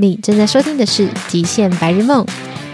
你正在收听的是《极限白日梦》，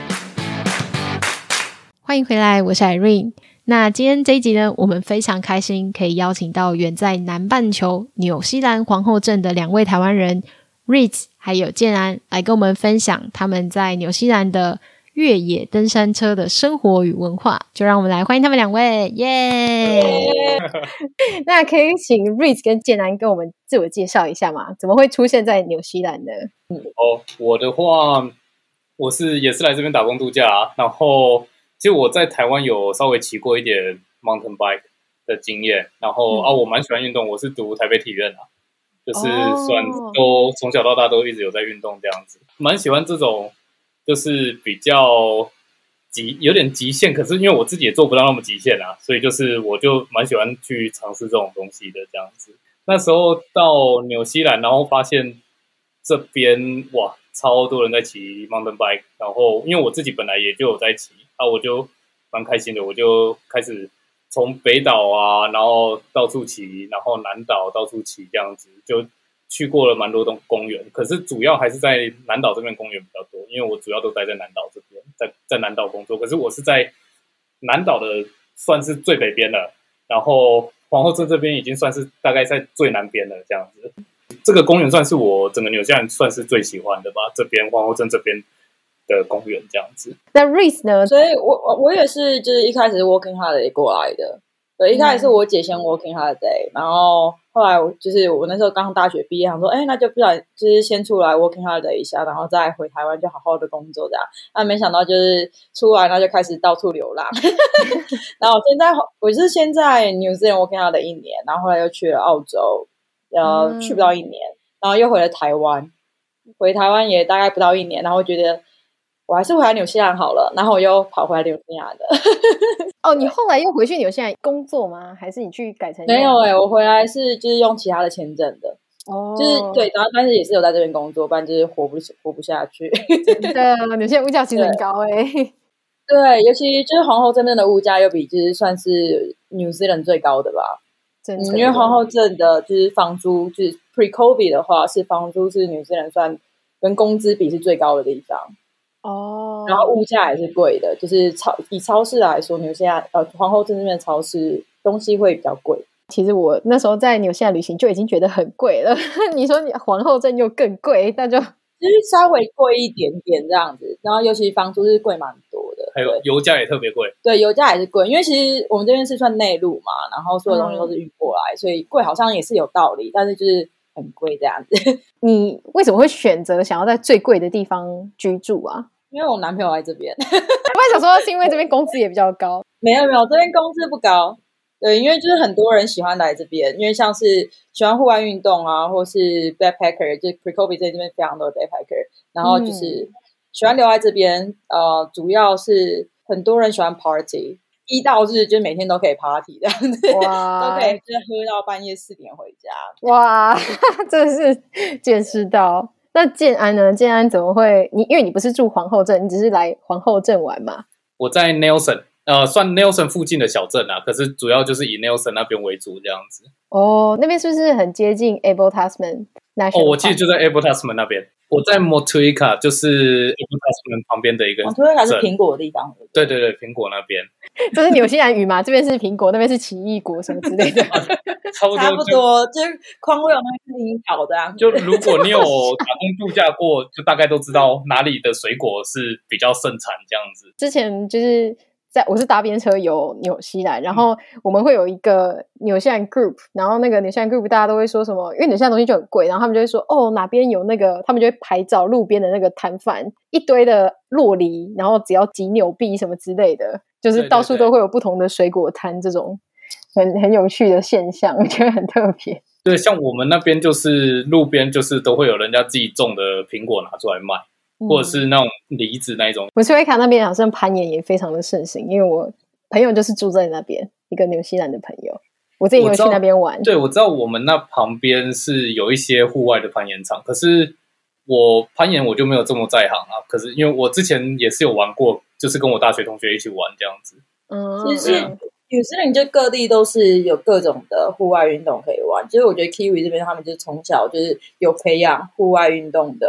欢迎回来，我是 Irene。那今天这一集呢，我们非常开心可以邀请到远在南半球纽西兰皇后镇的两位台湾人 Riz 还有建安，来跟我们分享他们在纽西兰的越野登山车的生活与文化。就让我们来欢迎他们两位，耶！那可以请 Riz 跟建安跟我们自我介绍一下吗？怎么会出现在纽西兰呢？ 我的话，也是来这边打工度假啊。然后，其实我在台湾有稍微骑过一点 mountain bike 的经验。然后我蛮喜欢运动，我是读台北体院啊，就是算都从小到大都一直有在运动这样子，蛮喜欢这种就是比较有点极限，可是因为我自己也做不到那么极限啊，所以我就蛮喜欢去尝试这种东西的这样子。那时候到纽西兰，然后发现这边哇，超多人在骑 mountain bike， 然后因为我自己本来也就有在骑我就蛮开心的，我就开始从北岛啊，然后到处骑，然后南岛到处骑这样子，就去过了蛮多公园，可是主要还是在南岛这边公园比较多，因为我主要都待在南岛这边，在南岛工作，可是我是在南岛的算是最北边了，然后皇后镇这边已经算是大概在最南边了这样子。这个公园算是我整个纽西兰算是最喜欢的吧，这边皇后镇这边的公园这样子。 那 Riz 呢？ 所以我也是，就是一开始是 working holiday 过来的。对，一开始是我姐先 working holiday，然后后来就是我那时候刚大学毕业，想说，那就不然就是先出来 working holiday 一下，然后再回台湾就好好的工作这样。那没想到就是出来，那就开始到处流浪。然后我是先在 New Zealand working holiday 1年，然后后来又去了澳洲，去不到1年，然后又回了台湾，回台湾也大概不到1年，然后觉得我还是回来纽西兰好了，然后我又跑回来纽西兰的。 你后来又回去纽西兰工作吗？还是你去改成？ 没有我回来就是用其他的签证的。就是对，然后但是也是有在这边工作，不然就是活不下去。 真的，纽西兰物价其实很高对，尤其就是皇后镇的物价又比就是算是 New Zealand 最高的吧。因为皇后镇的就是房租，就是 pre-COVID 的话，是房租是 New Zealand 算跟工资比是最高的地方。然后物价也是贵的，就是以超市来说，纽西兰皇后镇这边的超市东西会比较贵。 其实我那时候在纽西兰旅行就已经觉得很贵了，你说你皇后镇又更贵，那就是稍微贵一点点这样子。然后尤其房租是贵蛮多的， 还有油价也特别贵。 对，油价也是贵，因为其实我们这边是算内陆嘛，然后所有东西都是运过来，所以贵好像也是有道理，但是就是很贵这样子。 你为什么会选择想要在最贵的地方居住啊？ 因为我男朋友在这边。 我也想说是因为这边工资也比较高。 没有，这边工资不高。对，因为就是很多人喜欢来这边，因为像是喜欢户外运动啊，或是 backpacker， 就 pre-COVID 这边非常多的 backpacker， 然后就是喜欢留在这边。主要是很多人喜欢 party， 1到日就每天都可以 party 这样子，都可以就是喝到半夜4点回家。 哇，真的是见识到。那建安呢？建安怎么会？因为你不是住皇后镇，你只是来皇后镇玩嘛？ 我在 Nelson， 算 Nelson 附近的小镇啊，可是主要就是以 Nelson 那边为主这样子。 那边是不是很接近 Abel Tasman National Park？ 我其实就在 Abel Tasman 那边。我在 Motueka， 就是 Abel Tasman 旁边的一个镇。 Motueka 是苹果的地方。 对，苹果那边。 这是纽西兰语嘛？这边是苹果，那边是奇异果什么之类的。 差不多， 就是匡威有那个是挺好的啊。 就如果你有打工度假过，就大概都知道哪里的水果是比较盛产这样子。 之前就是我是搭便车游纽西兰，然后我们会有一个纽西兰 group， 然后那个纽西兰 group 大家都会说什么，因为纽西兰东西就很贵，然后他们就会说哪边有那个，他们就会拍照路边的那个摊贩，一堆的酪梨，然后只要几纽币什么之类的，就是到处都会有不同的水果摊，这种很有趣的现象，我觉得很特别。 对，像我们那边就是路边就是都会有人家自己种的苹果拿出来卖。或者是那种梨子那一种。 我斯威卡那边好像攀岩也非常的盛行，因为我朋友就是住在那边，一个纽西兰的朋友，我之前有去那边玩。 对，我知道我们那旁边是有一些户外的攀岩场，可是我攀岩我就没有这么在行啊。可是因为我之前也是有玩过，就是跟我大学同学一起玩这样子。 其实纽西兰就各地都是有各种的户外运动可以玩，就是我觉得 Kiwi 这边他们就是从小就是有培养户外运动的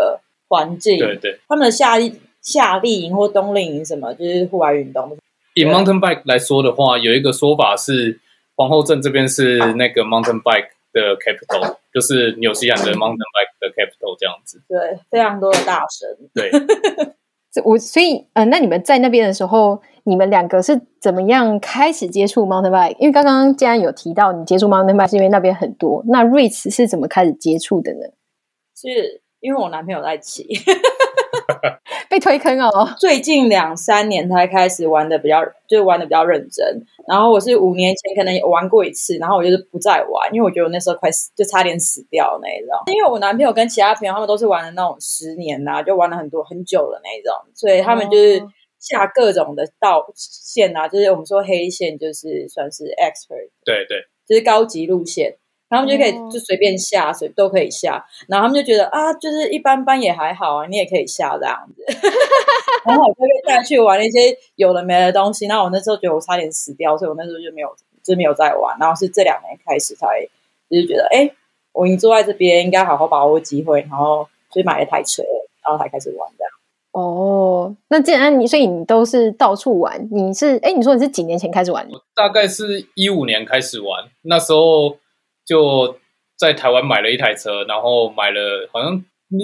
环境， 对对， 他们的夏令营或冬令营什么，就是户外运动。 以 mountain bike 来说的话，有一个说法是皇后镇这边是那个 mountain bike 的 capital， 就是纽西兰的 mountain bike 的 capital 这样子。 对，非常多的大神。 对， 所以那你们在那边的时候，你们两个是怎么样开始接触 mountain bike？ 因为刚刚既然有提到你接触 mountain bike 是因为那边很多，那 Ritz 是怎么开始接触的呢？ 是因为我男朋友在骑， 被推坑哦。 最近2-3年才开始玩的比较认真。然后我是5年前可能有玩过一次，然后我就是不再玩，因为我觉得我那时候就差点死掉那一种。因为我男朋友跟其他朋友他们都是玩的那种10年啊，就玩了很久的那一种，所以他们就是下各种的道线啊，就是我们说黑线，就是算是 expert， 对对， 就是高级路线。他们就可以就随便下，都可以下，然后他们就觉得啊，就是一般般也还好啊，你也可以下这样子。然后我就被带去玩一些有的没的东西，然后我那时候觉得我差点死掉，所以我那时候就没有再玩。然后是这2年开始才就是觉得，我已经坐在这边，应该好好把握机会，然后就买了台车，然后才开始玩这样。 哦，那既然所以你都是到处玩，你说你是几年前开始玩？ 我大概是15年开始玩，那时候就在台湾买了一台车，然后买了好像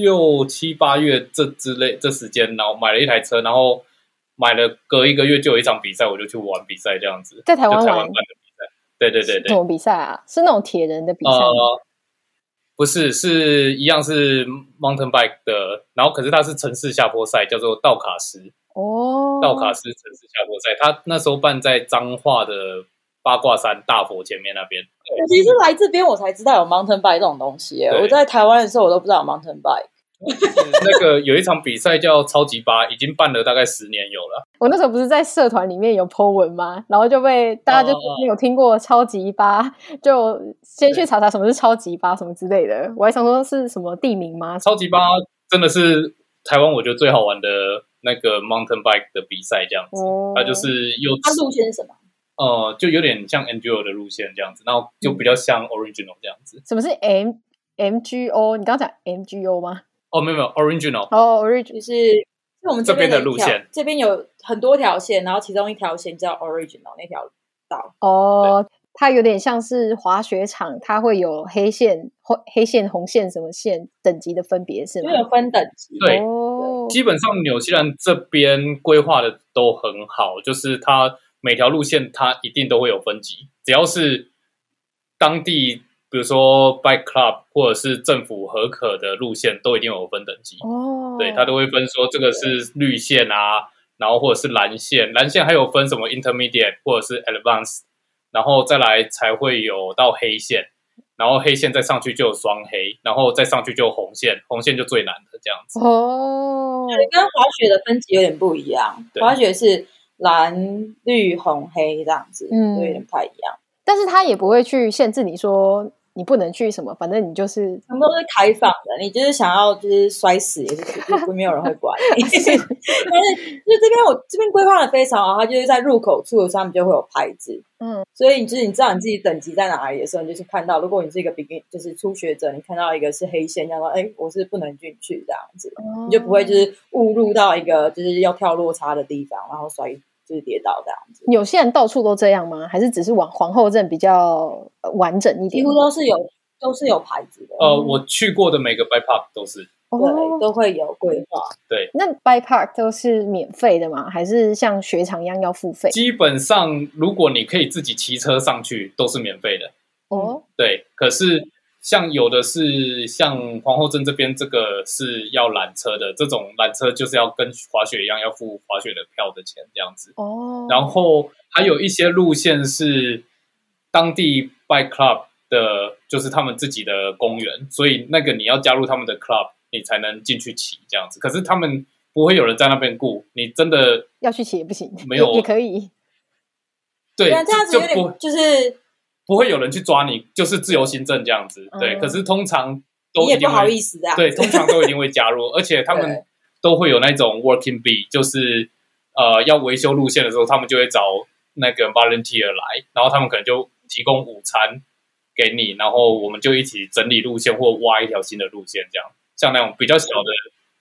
6、7、8月这时间，然后买了一台车，然后买了隔1个月就有一场比赛，我就去玩比赛这样子， 在台湾玩办的比赛。对对对对。 什么比赛啊？是那种铁人的比赛吗？ 不是，是一样是 mountain bike 的，然后可是它是城市下坡赛，叫做道卡斯。道卡斯城市下坡赛，它那时候办在彰化的八卦山大佛前面那边。 我其实来这边我才知道有 mountain bike 这种东西耶，我在台湾的时候我都不知道有 mountain bike。 那个有一场比赛叫超级八，已经办了大概10年有了。 我那时候不是在社团里面有 po 文吗？然后就被大家就没有听过超级八，就先去查查什么是超级八什么之类的。我还想说是什么地名吗？ 超级八真的是台湾我觉得最好玩的那个 mountain bike 的比赛这样子。它就是它路线是什么？ 就有点像 enduro 的路线这样子，然后就比较像 original 这样子。 什么是 MGO？ 你刚刚讲 MGO 吗？ 没有 original。 original 就是我们这边的路线， 这边有很多条线，然后其中一条线叫 original 那条道。 它有点像是滑雪场，它会有黑线、红线什么线等级的分别，是吗？ 就有分等级。 对，基本上纽西兰这边规划的都很好，就是它每条路线它一定都会有分级，只要是当地比如说 bike club 或者是政府核可的路线，都一定有分等级。对，它都会分说这个是绿线啊，然后或者是蓝线，蓝线还有分什么 intermediate 或者是 advanced， 然后再来才会有到黑线，然后黑线再上去就有双黑，然后再上去就有红线，红线就最难的这样子。 跟滑雪的分级有点不一样，滑雪是蓝、绿、红、黑这样子，有点不太一样。 但是他也不会去限制你说你不能去什么，反正你就是全部都是开放的，你就是想要就是摔死也是没有人会管你。但是就这边规划的非常好，它就是在入口处上面就会有牌子，所以你知道你自己等级在哪里的时候，你就是看到，如果你是一个就是初学者，你看到一个是黑线，叫做我是不能进去这样子，你就不会就是误入到一个就是要跳落差的地方，然后就是跌倒这样子。 有些人到处都这样吗？还是只是皇后镇比较完整一点？ 几乎都是有牌子的。 我去过的每个 bike park 都是， 对，都会有规划。 对， 那 bike park 都是免费的吗？还是像雪场一样要付费？ 基本上，如果你可以自己骑车上去，都是免费的。对，可是像有的是像皇后镇这边，这个是要缆车的，这种缆车就是要跟滑雪一样，要付滑雪的票的钱这样子。然后还有一些路线是当地 bike club 的，就是他们自己的公园，所以那个你要加入他们的 club， 你才能进去骑这样子。可是他们不会有人在那边顾，你真的要去骑也不行， 没有也可以。 对，这样子有点就是不会有人去抓你，就是自由行政这样子。对，可是通常都一定会， 你也不好意思啊。 对，通常都一定会加入，而且他们都会有那种 working bee， 就是要维修路线的时候，他们就会找那个 volunteer 来，然后他们可能就提供午餐给你，然后我们就一起整理路线或挖一条新的路线，这样。像那种比较小的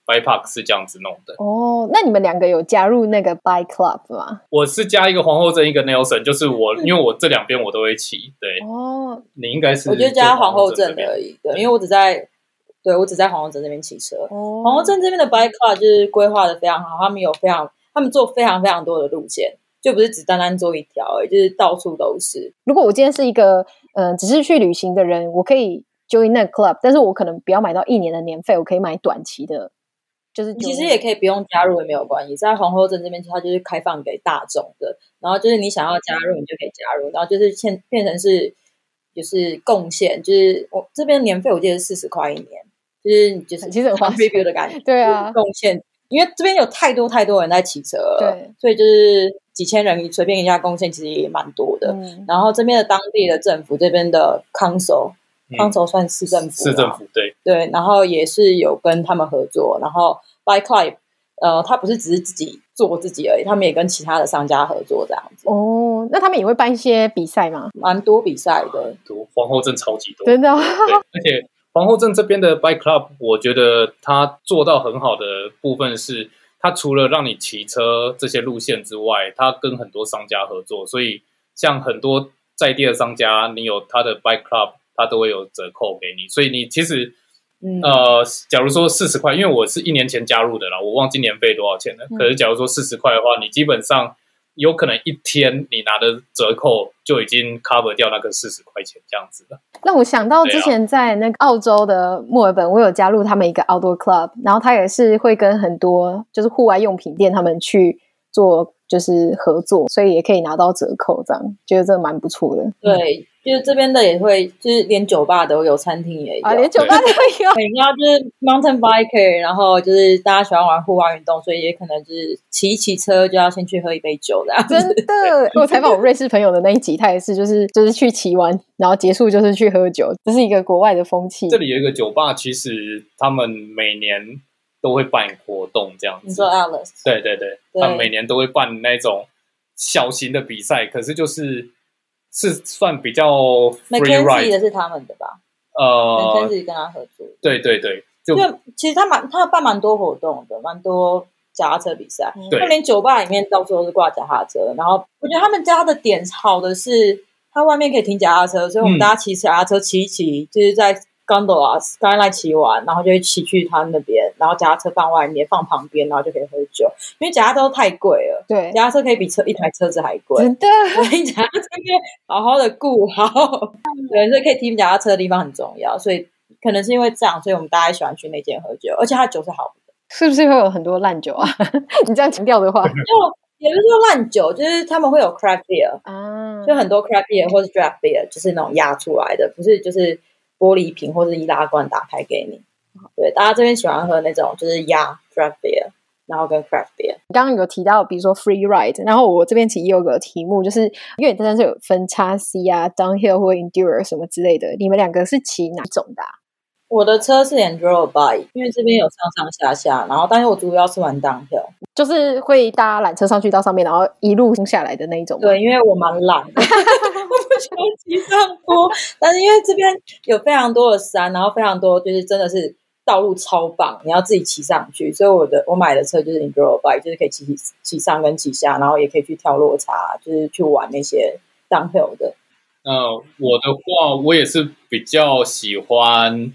Bike Park 是这样子弄的。 哦，那你们两个有加入那个 Bike Club 吗？ 我是加一个皇后镇，一个 Nelson， 就是我，因为我这两边我都会骑。对， 哦， 你应该是我就加皇后镇的而已，对，因为我只在皇后镇这边骑车。 哦， 皇后镇这边的 Bike Club 就是规划的非常好，他们做非常非常多的路线，就不是只单单做一条而已，就是到处都是。 如果我今天是一个只是去旅行的人，我可以 join 那个 club， 但是我可能不要买到1年的年费，我可以买短期的。就是其实也可以不用加入也没有关系，在皇后镇这边它就是开放给大众的，然后就是你想要加入你就可以加入，然后就是变成是就是贡献，就是我这边年费我记得是40块1年，就是其实很划算 review 的感觉， 对啊， 贡献，因为这边有太多人在骑车了， 对， 所以就是几千人随便一家贡献其实也蛮多的。然后这边的当地的政府这边的 council 算市政府，对，然后也是有跟他们合作，然后 Bike Club 他不是只是自己做自己而已，他们也跟其他的商家合作这样子。 哦，那他们也会办一些比赛吗？ 蛮多比赛的， 皇后镇超级多， 真的、哦。 对，而且皇后镇这边的 Bike Club， 我觉得它做到很好的部分是，它除了让你骑车这些路线之外，它跟很多商家合作，所以像很多在地的商家，你有他的 Bike Club， 它都会有折扣给你，所以你其实假如说40块，因为我是1年前加入的啦，我忘记年费多少钱了。可是假如说40块的话，你基本上有可能一天你拿的折扣就已经 cover 掉那个40块钱这样子了。 让我想到之前在那个澳洲的墨尔本，我有加入他们一个 outdoor club， 然后他也是会跟很多就是户外用品店他们去做就是合作，所以也可以拿到折扣，这样觉得这蛮不错的。 对，就是这边的也会，就是连酒吧都有，餐厅也有， 连酒吧都有。 对，然后就是 mountain biker， 然后就是大家喜欢玩户外运动，所以也可能就是骑车就要先去喝一杯酒的。 真的，我采访我瑞士朋友的那一集，他也是就是去骑完，然后结束就是去喝酒，这是一个国外的风气。 这里有一个酒吧，其实他们每年都会办活动这样子。 你说 Alice？ 对，他们每年都会办那种小型的比赛，可是是算比较 free ride 的是他们的吧？McKenzie 跟他合作。对，就其实他办蛮多活动的，蛮多脚踏车比赛。就连酒吧里面到处都是挂脚踏车，然后我觉得他们家的点好的是，他外面可以停脚踏车，所以我们大家骑脚踏车骑一骑，就是在Gondola Skyline 骑完，然后就会骑去他那边，然后脚踏车放外面，放旁边，然后就可以喝酒。因为脚踏车都太贵了，对，脚踏车可以比一台车子还贵，真的。所以脚踏车要好好的顾好，对，所以可以停脚踏车的地方很重要。所以可能是因为这样，所以我们大家喜欢去那间喝酒，而且它的酒是好的。 是不是会有很多烂酒啊？你这样强调的话， 也不是说烂酒，就是他们会有 craft beer 啊，就很多 craft beer 或是 draft beer， 就是那种压出来的，不是就是玻璃瓶或是易拉罐打开给你。对，大家这边喜欢喝那种就是压 draft beer， 然后跟 craft beer。 你刚刚有提到比如说 free ride， 然后我这边其实也有个题目，就是因为你真的是有分 XC 啊 downhill 或 enduro 什么之类的，你们两个是骑哪种的啊？ 我的车是 enduro bike， 因为这边有上上下，然后但是我主要是玩 downhill， 就是会搭缆车上去到上面，然后一路下来的那一种。 对，因为我蛮懒的，我不喜欢骑上坡，但是因为这边有非常多的山，然后非常多就是真的是道路超棒，你要自己骑上去，所以我买的车就是 enduro bike， 就是可以骑上跟骑下，然后也可以去跳落差，就是去玩那些 downhill 的。 我的话，我也是比较喜欢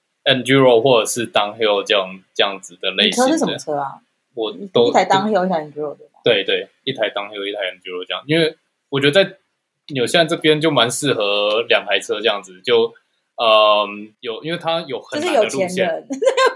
enduro 或者是 downhill 这样子的类型的。 你车是什么车啊？ 我都一台 downhill 一台 enduro 对吧？ 对，一台 downhill 一台 enduro 这样，因为我觉得在纽西兰这边就蛮适合2台车这样子，就因为它有很难的路线， 就是有钱人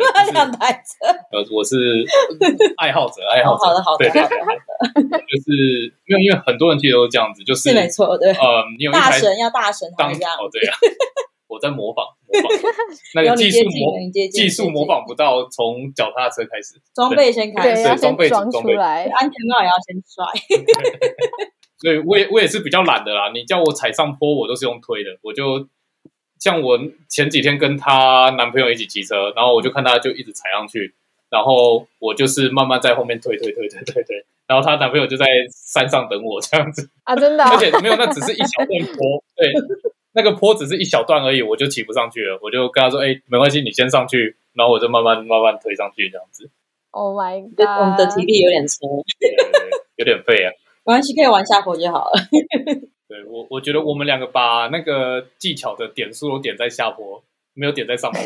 2台车。 我是爱好者， 好的， 就是因为很多人其实都是这样子，就是没错，对， 你有一台要大神当这样， 对啊。我在模仿那个技术模仿不到，从脚踏车开始， 装备先开始， 对， 装备出来， 安全帽也要先摔。 所以我也是比较懒的啦。你叫我踩上坡，我都是用推的。我就像我前几天跟她男朋友一起骑车，然后我就看她就一直踩上去，然后我就是慢慢在后面推，然后她男朋友就在山上等我这样子啊，真的， 而且没有，那只是一小段坡，对。那个坡只是一小段而已，我就骑不上去了。我就跟他说：“没关系，你先上去， 然后我就慢慢推上去这样子。 Oh my 我 god！ 们的体力有点粗， 有点废啊。 没关系，可以玩下坡就好了。 对，我觉得我们两个把那个技巧的点数都点在下坡，没有点在上坡。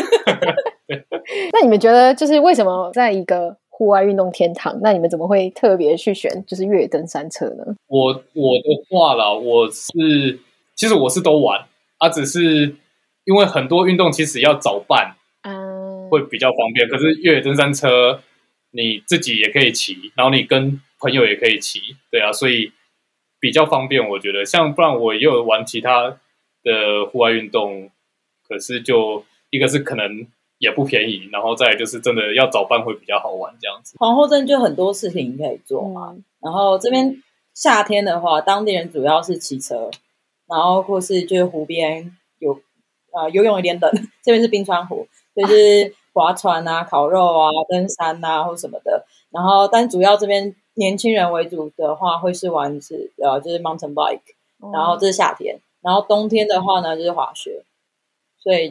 那你们觉得就是为什么在一个户外运动天堂，那你们怎么会特别去选就是越野登山车呢？ 我的话啦，其实我是都玩啊，只是因为很多运动其实要找伴，会比较方便。可是越野登山车你自己也可以骑，然后你跟朋友也可以骑，对啊，所以比较方便。我觉得像不然我也有玩其他的户外运动，可是就一个是可能也不便宜，然后再来就是真的要找伴会比较好玩这样子。 皇后镇就很多事情可以做嘛，然后这边夏天的话，当地人主要是骑车，然后或是就是湖边游泳有点冷，这边是冰川湖，就是划船啊、烤肉啊、登山啊或什么的。然后但主要这边年轻人为主的话，会是玩就是 mountain bike，然后这是夏天，然后冬天的话呢就是滑雪，所以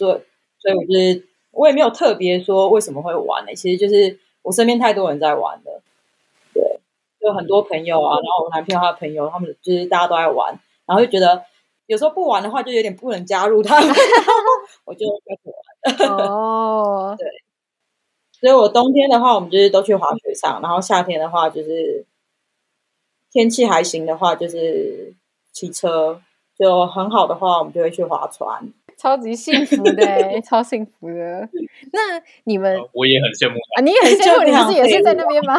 我也没有特别说为什么会玩其实就是我身边太多人在玩了，对，就很多朋友啊，然后我男朋友他的朋友，他们就是大家都在玩，然后就觉得有时候不玩的话就有点不能加入他们，我就开始玩。 哦， 对，所以我冬天的话我们就是都去滑雪场，然后夏天的话就是天气还行的话就是骑车，就很好的话我们就会去划船。 超级幸福的超幸福的。那你们我也很羡慕啊，你也很羡慕，你不是也是在那边吗？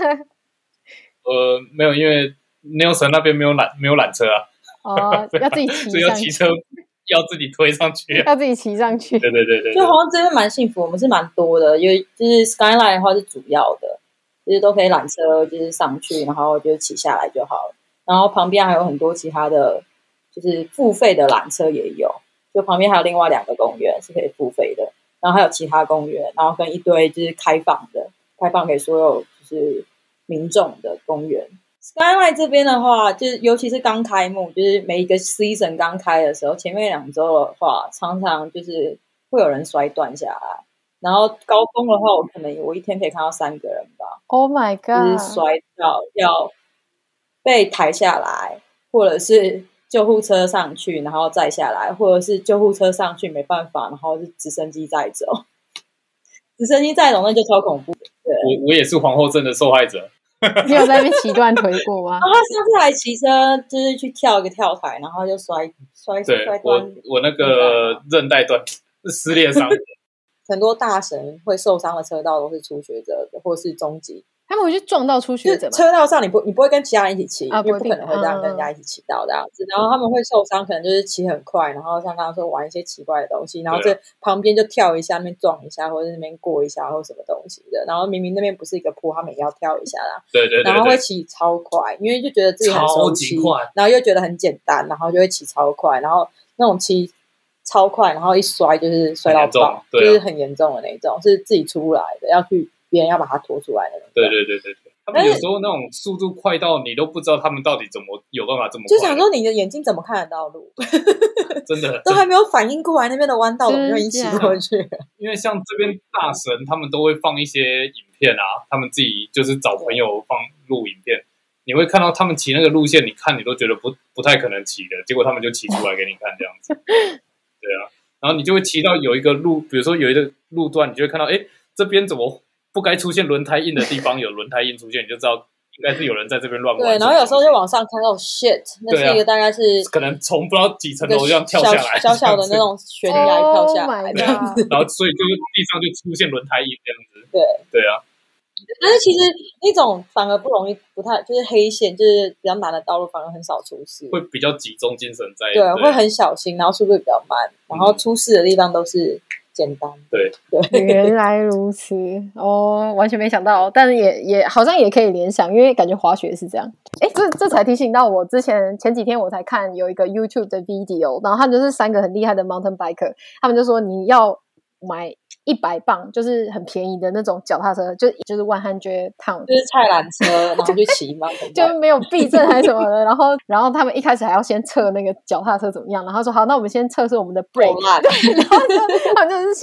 没有，因为 Nelson 那边没有缆车啊。 哦，要自己骑上去， 所以要骑车要自己推上去， 要自己骑上去。 对。 就好像这边蛮幸福，我们是蛮多的，因为就是 Skyline 的话是主要的，就是都可以缆车就是上去，然后就骑下来就好了。然后旁边还有很多其他的，就是付费的缆车也有。就旁边还有另外2个公园是可以付费的，然后还有其他公园，然后跟一堆就是开放给所有就是民众的公园。Skyline 这边的话，就是尤其是刚开幕，就是每一个 season 刚开的时候，前面2周的话，常常就是会有人摔断下来。然后高峰的话，我一天可以看到3个人吧。 Oh my god！ 就是摔到要被抬下来，或者是救护车上去，然后再下来，或者是救护车上去没办法，然后是直升机载走。直升机载走那就超恐怖。对， 我也是皇后镇的受害者。 你有在那边骑断腿过吗？ 他上次还骑车，就是去跳一个跳台，然后就摔断。 我那个韧带断，是撕裂伤。 很多大神会受伤的车道都是初学者的，或是中级。 他们会去撞到初学者吗？ 车道上你不会跟其他人一起骑， 因为不可能会这样跟人家一起骑到这样子。然后他们会受伤，可能就是骑很快，然后像刚刚说玩一些奇怪的东西，然后这旁边就跳一下，那边撞一下，或者那边过一下，或什么东西的。然后明明那边不是一个坡，他们也要跳一下啦。 对。 然后会骑超快，因为就觉得自己很熟悉，然后又觉得很简单，然后就会骑超快，然后那种骑超快，然后一摔就是摔到爆，就是很严重的那种，是自己出来的，要去别人要把它拖出来的那种。 对。他们有时候那种速度快到你都不知道他们到底怎么有办法这么快， 就想说你的眼睛怎么看得到路？ 真的都还没有反应过来那边的弯道怎么就已经骑过去？ 因为像这边大神他们都会放一些影片啊，他们自己就是找朋友放录影片，你会看到他们骑那个路线，你看你都觉得不太可能骑的，结果他们就骑出来给你看这样子。对啊，然后你就会骑到有一个路，比如说有一个路段，你就会看到这边怎么不该出现轮胎印的地方有轮胎印出现，你就知道应该是有人在这边乱玩。 对，然后有时候就往上看到 shit， 那是一个大概是可能从不知道几层楼这样跳下来， 小小的那种悬崖跳下来这样子， 然后所以就是地上就出现轮胎印这样子。对啊， 但是其实那种反而不容易，不太就是黑线，就是比较难的道路反而很少出事， 会比较集中精神在。 对，会很小心，然后速度比较慢，然后出事的地方都是简单。 对， 原来如此哦，完全没想到，但是也好像也可以联想，因为感觉滑雪是这样。这才提醒到我前几天我才看有一个 YouTube 的 video， 然后他们就是3个很厉害的 mountain biker， 他们就说你要买100磅，就是很便宜的那种脚踏车，就是100 pound， 就是菜篮车，然后去骑嘛， 就没有避震还是什么的。然后他们一开始还要先测那个脚踏车怎么样，然后说好，那我们先测试我们的 brake， 然后他们就是先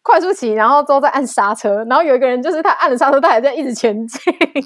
快速骑，然后之后再按刹车，然后有一个人就是他按了刹车，他还在一直前进，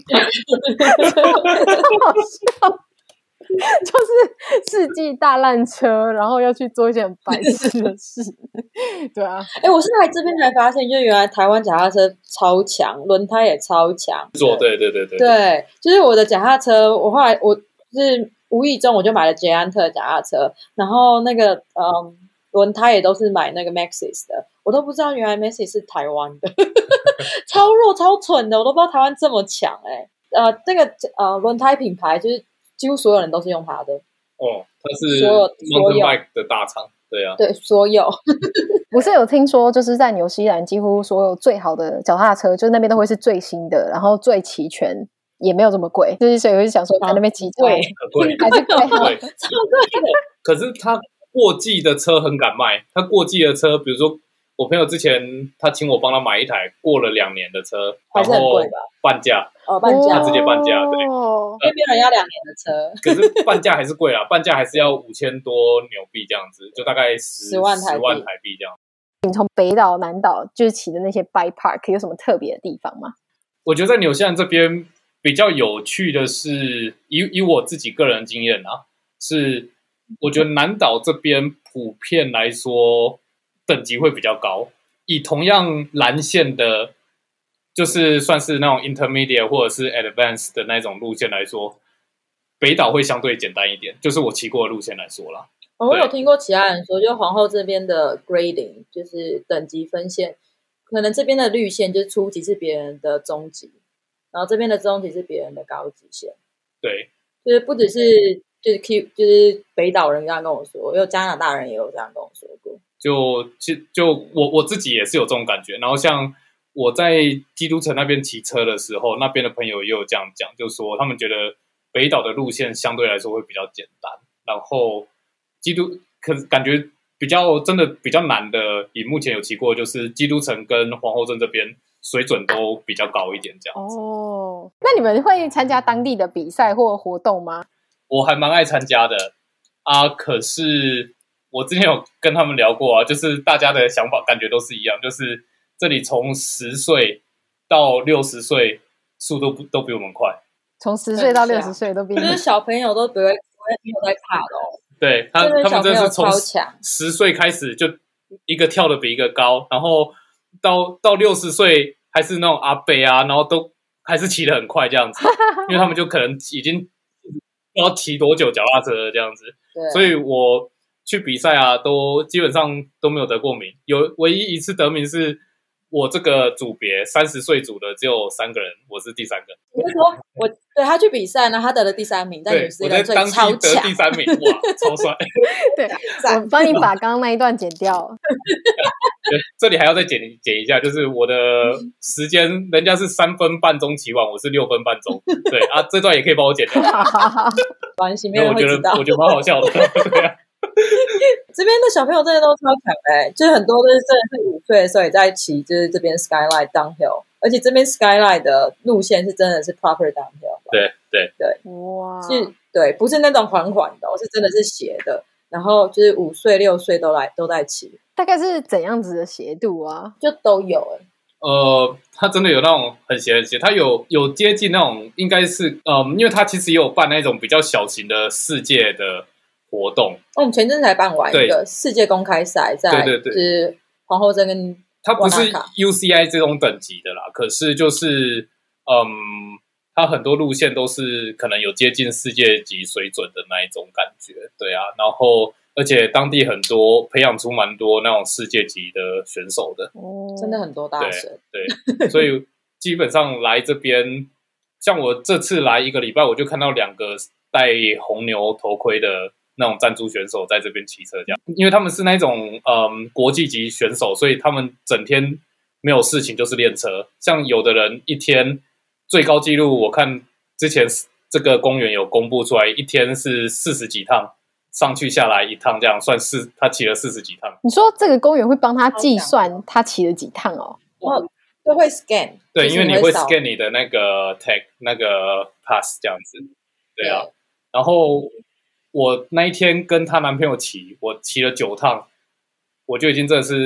好笑。就是世纪大烂车，然后要去做一件很白痴的事，对啊。 我是来这边才发现，就原来台湾脚踏车超强，轮胎也超强。对，就是我的脚踏车，我后来我是无意中我就买了捷安特脚踏车，然后那个轮胎也都是买那个 Maxxis 的，我都不知道原来 Maxxis 是台湾的，超弱超蠢的，我都不知道台湾这么强那个轮胎品牌就是几乎所有人都是用它的。 它是 mountain bike 的大厂，对啊， 对，所有。 我是有听说，就是在纽西兰，几乎所有最好的脚踏车，就是那边都会是最新的，然后最齐全，也没有这么贵。就是所以我就想说，在那边骑车贵， 还是贵， 超贵的。 可是他过季的车很敢卖，他过季的车，比如说我朋友之前他请我帮他买一台过了2年的车，然后半价。 半价， 他直接半价，对， 因为别人要2年的车， 可是半价还是贵啦，半价还是要5000多纽币这样子，就大概10万台币这样。 你从北岛、南岛就是骑的那些 bike park 有什么特别的地方吗？ 我觉得在纽西兰这边比较有趣的是，以我自己个人经验啊，是我觉得南岛这边普遍来说等级会比较高，以同样蓝线的。就是算是那种 intermediate 或者是 advanced 的那种路线来说，北岛会相对简单一点。就是我骑过的路线来说啦， 我有听过其他人说，就皇后这边的 grading 就是等级分线，可能这边的绿线就是初级是别人的中级，然后这边的中级是别人的高级线。 对， 就是不只是就是北岛人这样跟我说，有加拿大人也有这样跟我说过。 就我自己也是有这种感觉，然后像。我在基督城那边骑车的时候，那边的朋友也有这样讲，就说他们觉得北岛的路线相对来说会比较简单，然后感觉真的比较难的，以目前有骑过，就是基督城跟皇后镇这边水准都比较高一点这样子。 那你们会参加当地的比赛或活动吗？ 我还蛮爱参加的啊，可是我之前有跟他们聊过啊，就是大家的想法感觉都是一样，就是这里从10岁到60岁速度都比我们快， 从10岁到60岁都比就是小朋友都不会有在怕的哦。 对，他们真的是从10岁开始就一个跳的比一个高，然后到60岁还是那种阿伯啊，然后都还是骑得很快这样子，因为他们就可能已经不知道骑多久脚踏车了这样子。所以我去比赛啊，都基本上都没有得过名，唯一一次得名是。我这个组别30岁组的只有3个人，我是第3个。 你是说我对他去比赛，然后他得了第3名，但你是一个最超强， 我在当地得第3名，哇，超帅！ 对，我帮你把刚刚那一段剪掉。 对，这里还要再剪一下，就是我的时间，人家是3分半钟骑完，我是6分半钟。对啊，这段也可以帮我剪掉。 关系没有人会知道， 我觉得蛮好笑的。对啊。 这边的小朋友真的都超强的，就是很多都是真的是5岁的时候也在骑，就是这边 Skyline downhill， 而且这边 Skyline 的路线是真的是 proper downhill。对， 哇， 是，对，不是那种缓缓的，是真的是斜的。然后就是5岁、6岁都在骑。 大概是怎样子的斜度啊？ 就都有它真的有那种很斜，它有接近那种，应该是因为它其实也有办那种比较小型的世界的。活动， 我们前阵子才办完一个世界公开赛，在就是皇后镇跟它不是 UCI 这种等级的啦，可是就是它很多路线都是可能有接近世界级水准的那一种感觉，对啊，然后而且当地很多培养出蛮多那种世界级的选手的， 真的很多大神， 对，所以基本上来这边，像我这次来1个礼拜，我就看到2个戴红牛头盔的。那种赞助选手在这边骑车，这样，因为他们是那种国际级选手，所以他们整天没有事情就是练车。像有的人一天最高纪录，我看之前这个公园有公布出来，一天是40几趟，上去下来一趟，这样算是他骑了40几趟。 你说这个公园会帮他计算他骑了几趟哦？ 都会 scan， 对，因为你会 scan 你的那个 tag 那个 pass 这样子，对啊，然后。我那一天跟她男朋友骑，我骑了9趟，我就已经真的是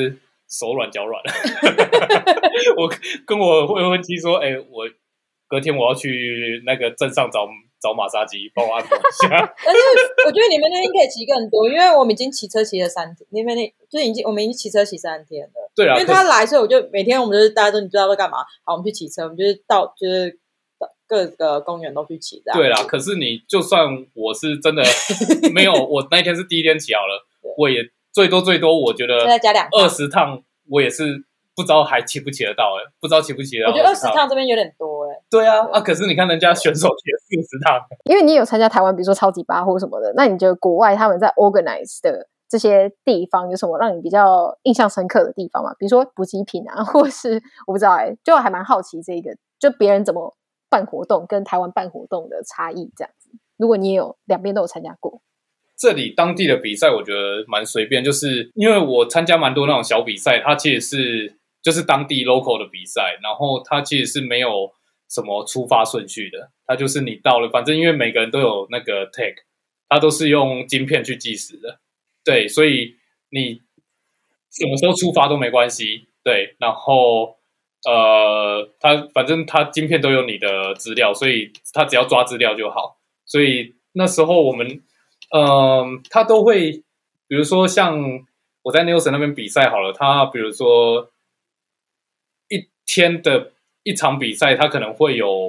手软脚软。我跟我未婚妻说，我隔天我要去那个镇上找马杀鸡，帮我按摩一下。 但是我觉得你们那天可以骑更多，因为我们已经骑车骑了3天，你们就是我们已经骑车骑3天了。 对啊， 因为他来，所以我就每天我们就是大家都你知道在干嘛？好，我们去骑车，我们就是到就是各个公园都去骑这样。 对啦，可是你就算我是真的没有，我那一天是第一天骑好了，我也最多我觉得再加2趟 20趟，我也是不知道还骑不骑得到不知道骑不骑得到。 我觉得20趟这边有点多对啊，可是你看人家选手骑了40趟， 因为你有参加台湾，比如说超级八或什么的，那你觉得国外他们在 organize 的这些地方有什么让你比较印象深刻的地方吗？比如说补给品啊，或是我不知道就还蛮好奇这个，就别人怎么办活动跟台湾办活动的差异这样子。如果你也有两边都有参加过， 这里当地的比赛我觉得蛮随便，就是因为我参加蛮多那种小比赛，它其实是就是当地 local 的比赛，然后它其实是没有什么出发顺序的，它就是你到了，反正因为每个人都有那个 tag， 它都是用晶片去计时的，对，所以你什么时候出发都没关系，对，然后反正它晶片都有你的资料，所以它只要抓资料就好，所以那时候我们他都会，比如说像我在 Nielsen 那边比赛好了，他比如说一天的一场比赛，他可能会有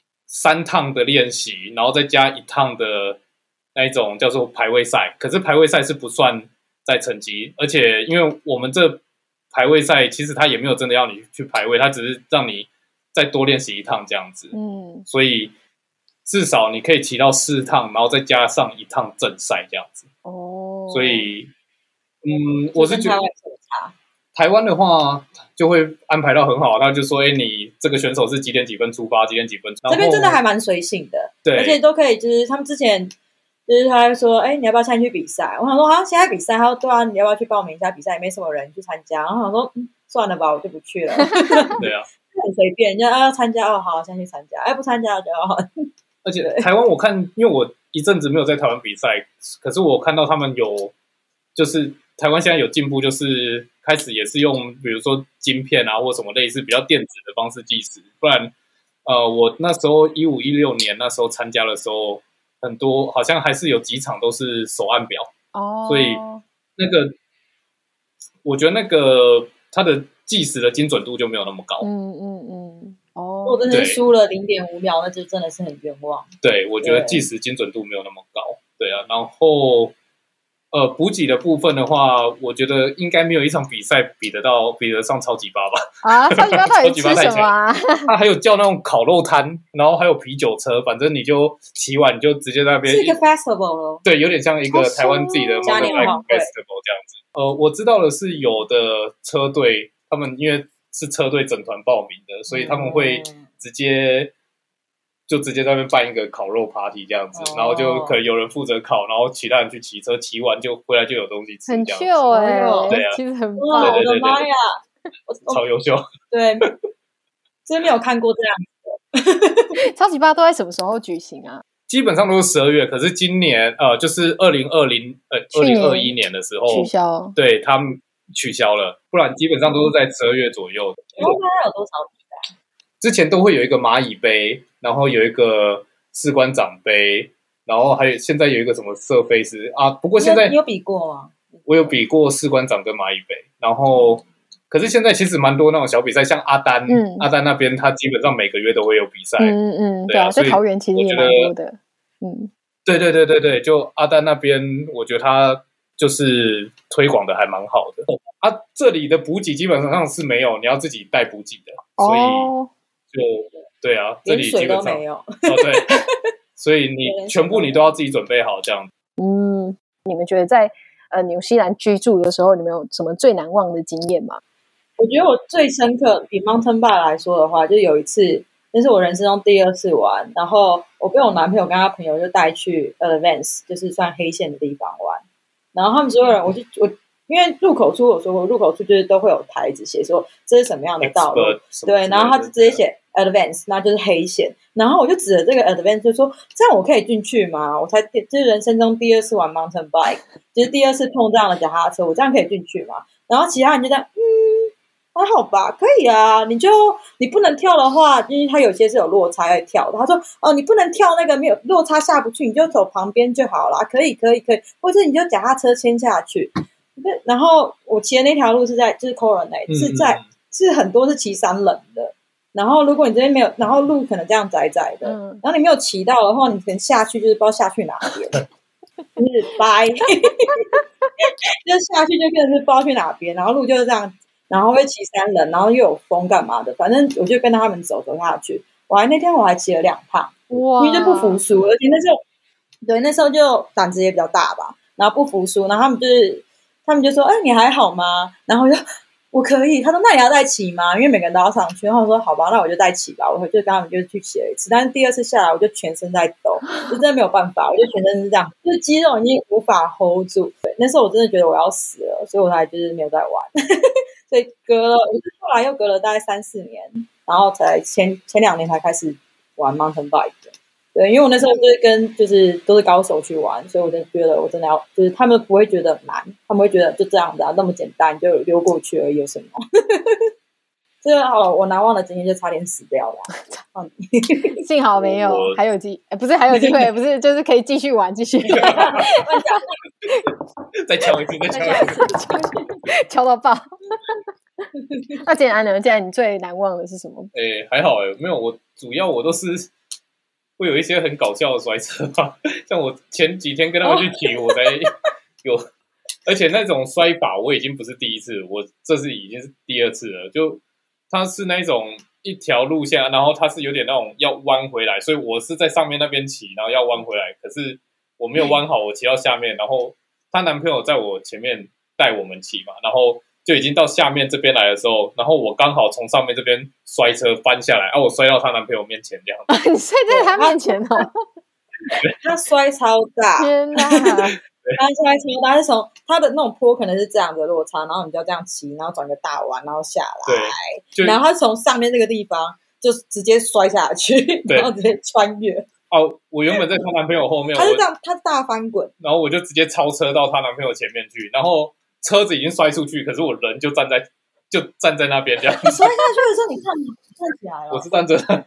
3趟的练习，然后再加1趟的那一种叫做排位赛。可是排位赛是不算在成绩，而且因为我们这排位赛其实他也没有真的要你去排位，他只是让你再多练习1趟这样子。所以至少你可以骑到4趟，然后再加上1趟正赛这样子。所以我是觉得台湾的话就会安排到很好，他就说你这个选手是几点几分出发，几点几分出发。 这边真的还蛮随性的， 对， 而且都可以，就是他们之前就是他会说你要不要参加去比赛，我想说现在比赛，他说对啊，你要不要去报名一下比赛，也没什么人去参加，然后我想说算了吧，我就不去了。 对啊， 很随便，要参加好，先去参加，不参加就好。 而且台湾我看，因为我一阵子没有在台湾比赛，可是我看到他们有，就是台湾现在有进步，就是开始也是用比如说晶片啊或什么类似比较电子的方式计时，不然我那时候15、16年那时候参加的时候，很多好像还是有几场都是手按表所以那个我觉得那个它的计时的精准度就没有那么高。 我真的是输了0.5秒，那就真的是很冤枉。 对，我觉得计时精准度没有那么高。对啊，然后补给的部分的话，我觉得应该没有一场比赛比得上超级八吧。 超级八到底吃什么啊？ 他还有叫那种烤肉摊，然后还有啤酒车，反正你就骑完你就直接在那边。 是一个 festival 哦。 对，有点像一个台湾自己的 Mountain Bike Festival 这样子。我知道的是有的车队，他们因为是车队整团报名的，所以他们会直接在那边办一个烤肉 party 这样子，然后就可能有人负责烤，然后其他人去骑车，骑完就回来就有东西吃， 很这样子。 chill 对啊， 其实很棒。我的妈呀， 超优秀。 对，真没有看过这样子的。超级八都在什么时候举行啊？ 基本上都是12月，可是今年就是2021年的时候取消， 对，他们取消了，不然基本上都是在12月左右。 然后它有多少比赛？ 之前都会有一个蚂蚁杯，然后有一个士官长杯，然后还有现在有一个什么射飞师啊。不过现在你有比过吗？ 我有比过士官长跟蚂蚁杯，然后可是现在其实蛮多那种小比赛，像阿丹那边他基本上每个月都会有比赛。 对啊，在桃园其实也蛮多的。 对，就阿丹那边，我觉得他就是推广的还蛮好的。这里的补给基本上是没有，你要自己带补给的，所以就对啊，这里基本上连水都没有。 对，所以你全部你都要自己准备好这样。 你们觉得在纽西兰居住的时候，你们有什么最难忘的经验吗？ 我觉得我最深刻，比 mountain bike 来说的话，就有一次，那是我人生中第2次玩，然后我被我男朋友跟他朋友就带去 Advance， 就是算黑线的地方玩，然后他们所有人，我因为入口处我说过，入口处就是都会有台子写说这是什么样的道路，对，然后他就直接写 Advance， 那就是黑线，然后我就指着这个 Advance 就说这样我可以进去吗？我才就是人生中第2次玩 mountain bike，就是第2次碰这样的脚踏车，我这样可以进去吗？ 然后其他人就在还好吧，可以啊，你不能跳的话，因为他有些是有落差在跳的，他说哦，你不能跳那个没有落差下不去，你就走旁边就好啦，可以，或者你就脚踏车牵下去。然后我骑的那条路是在就是 Coronate，是很多是骑3人的，然后如果你这边没有，然后路可能这样窄窄的，然后你没有骑到的话，你可能下去就是不知道下去哪边，就是掰，就下去就变成是不知道去哪边，然后路就是这样。然后会骑3人，然后又有风干嘛的，反正我就跟他们走下去。那天我还骑了2趟，因为就不服输，而且那时候就胆子也比较大吧，然后不服输，然后他们就说：“哎，你还好吗？”然后我可以，他说：“那你要再骑吗？”因为每个人都要上去，然后我说：“好吧，那我就再骑吧。”我就跟他们就去骑了一次，但是第2次下来我就全身在抖，就真的没有办法，我就全身是这样，就是肌肉已经无法 hold 住。对，那时候我真的觉得我要死了，所以我才就是没有再玩。所以后来又隔了大概3-4年，然后才前2年才开始玩 mountain bike 的。对，因为我那时候就是都是高手去玩，所以我就觉得我真的要，就是他们不会觉得难，他们会觉得就这样子啊，那么简单就溜过去而已，有什么？这个我难忘的经验就差点死掉了， 幸好没有，还有不是还有机会，不是就是可以继续玩，继续再敲一次， 敲到爆。那建安呢？建安，你最难忘的是什么？ 还好没有，我主要我都是会有一些很搞笑的摔车吧，像我前几天跟他们去骑，我才有，而且那种摔法我已经不是第一次，我这是已经是第2次了，就它是那种一条路线，然后它是有点那种要弯回来，所以我是在上面那边骑，然后要弯回来，可是我没有弯好，我骑到下面，然后她男朋友在我前面带我们骑嘛，然后就已经到下面这边来的时候，然后我刚好从上面这边摔车翻下来，我摔到她男朋友面前这样子。 你摔在他面前哦？ 他摔超大， 天哪！ 他摔超大，是从他的那种坡可能是这样的落差，然后你就这样骑，然后转个大弯，然后下来，然后他从上面这个地方就直接摔下去，然后直接穿越。 我原本在她男朋友后面， 他是这样，他大翻滚， 然后我就直接超车到她男朋友前面去，然后车子已经摔出去，可是我人就站在那边这样子。 你摔下去的时候，你看起来了， 我是站着的，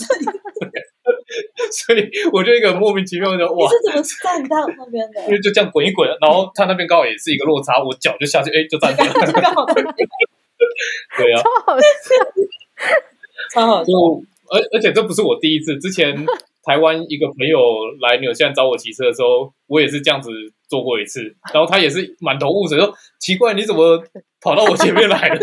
所以我就一个莫名其妙的哇， 你是怎么站到那边的？ 因为就这样滚一滚，然后他那边刚好也是一个落差，我脚就下去，就站着了， 就刚好对啊， 超好笑。 而且这不是我第一次，之前台湾一个朋友来纽西兰找我骑车的时候，我也是这样子做过一次，然后他也是满头雾水说：“奇怪，你怎么跑到我前面来了？”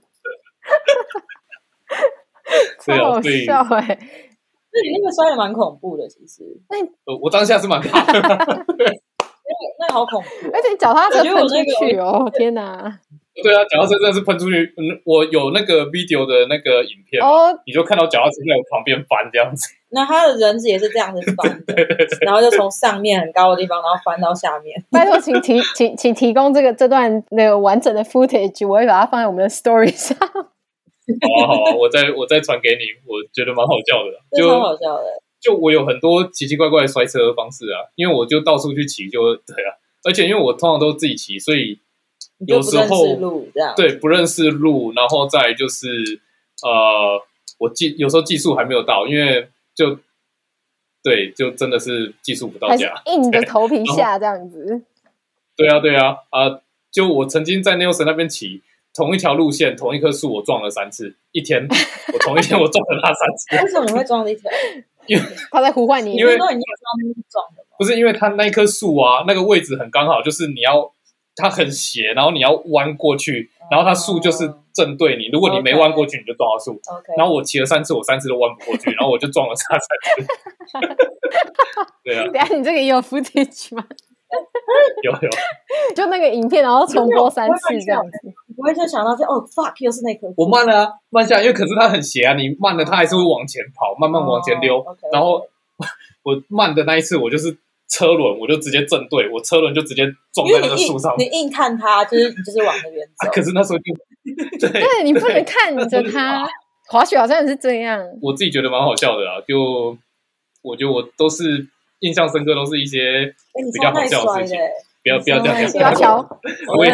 对啊，好笑那你那个摔的蛮恐怖的，其实。 我当下是蛮怕的， 那好恐怖， 而且脚踏车喷出去哦，天哪！ 对啊，脚踏车真的是喷出去。我有那个 video 的那个影片，你就看到脚踏车在我旁边翻这样子。 那他的人也是这样子翻的，然后就从上面很高的地方，然后翻到下面。 拜托，请提供这段那个完整的 footage， 我会把它放在我们的 story 上。 好啊，我再传给你，我觉得蛮好笑的， 超好笑的。 就我有很多奇奇怪怪的摔车的方式啊，因为我就到处去骑，就对啊，而且因为我通常都自己骑，所以有时候对不认识路，然后再就是我有时候技术还没有到，因为就真的是技术不到家， 硬着头皮下这样子。 对啊，就我曾经在 Nelson 那边骑。同一条路线，同一棵树，我撞了3次。一天，我同一天我撞了他3次。 为什么你会撞这条？ 因为他在呼唤你。 因为你也知道那撞的吗？ 不是，因为他那棵树啊，那个位置很刚好，就是它很斜，然后你要弯过去，然后它树就是正对你。如果你没弯过去，你就撞到树。然后我骑了3次，我3次都弯不过去，然后我就撞了他3次。对啊。 等一下你这个也有 footage 吗？ 有， 就那个影片，然后重播3次这样子。 我会就想到fuck， 又是那棵树。 我慢了慢下来，因为可是它很斜啊，你慢了它还是会往前跑，慢慢往前溜。然后我慢的那一次，我就是车轮，我就直接正对，我车轮就直接撞在那个树上。 你硬看它，你就是往那边走。 可是那时候就对你不能看着它。滑雪好像也是这样。我自己觉得蛮好笑的啦，就我觉得我都是印象深刻，都是一些比较好笑的事情。不要这样， 不要敲。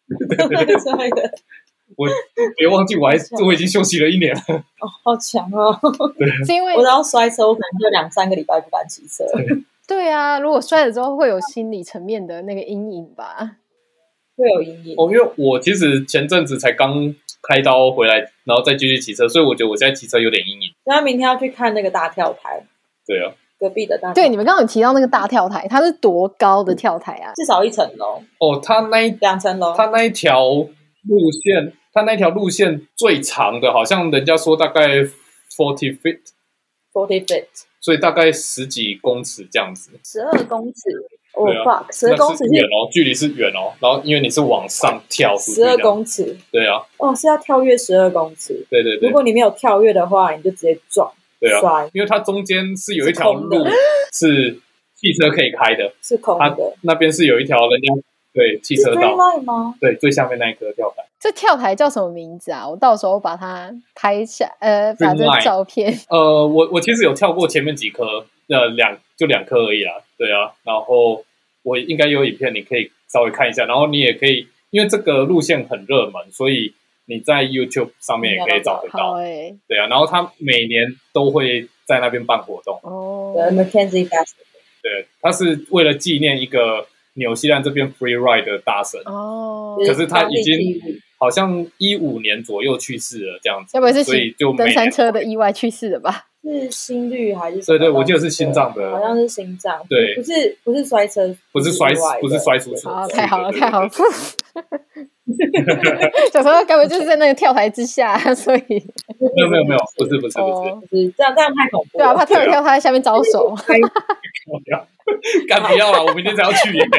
摔的。 我别忘记，我已经休息了1年了。 哦，好强哦！ 是因为我只要摔车，我可能就2-3个礼拜不敢骑车。 对啊，如果摔了之后会有心理层面的那个阴影吧？ 会有阴影哦，因为我其实前阵子才刚开刀回来，然后再继续骑车，所以我觉得我现在骑车有点阴影。 所以他明天要去看那个大跳台。 对啊， 隔壁的大跳台。 对，你们刚刚有提到那个大跳台，它是多高的跳台啊？ 至少1层楼。 哦，它 2层楼。 它那一条路线最长的，好像人家说大概40 feet，所以大概10几公尺这样子。 12公尺。哦 fuck， 12公尺远哦，距离是远哦。然后因为你是往上跳出去 ，12公尺。 对啊。 哦，是要跳跃12公尺。 对对对。 如果你没有跳跃的话，你就直接撞。 对啊。 摔。 因为它中间是有一条路是汽车可以开的， 是空的。 那边是有一条人家对汽车道。 是 Green Line 吗？ 对，最下面那一颗跳台。 这跳台叫什么名字啊？我到时候把它拍下，把这照片。 我其实有跳过前面几颗，2颗而已啦。对啊，然后我应该有影片，你可以稍微看一下，然后你也可以，因为这个路线很热门，所以你在 YouTube 上面也可以找得到。对啊，然后他每年都会在那边办活动。 哦，对 ，Mackenzie Festival。 对，他是为了纪念一个纽西兰这边 free ride 的大神。 哦， 可是他已经好像15年左右去世了，这样子。 要不然是所以就登山车的意外去世的吧？ 是心率还是什么？ 对，我记得是心脏的， 好像是心脏。 对， 不是摔车， 不是摔出去。 太好了，太好了！小时候该不会就是在那个跳台之下，所以没有，不是， 这样太恐怖了。 对啊，他跳一跳，他在下面招手。 干不要了，我明天才要去耶！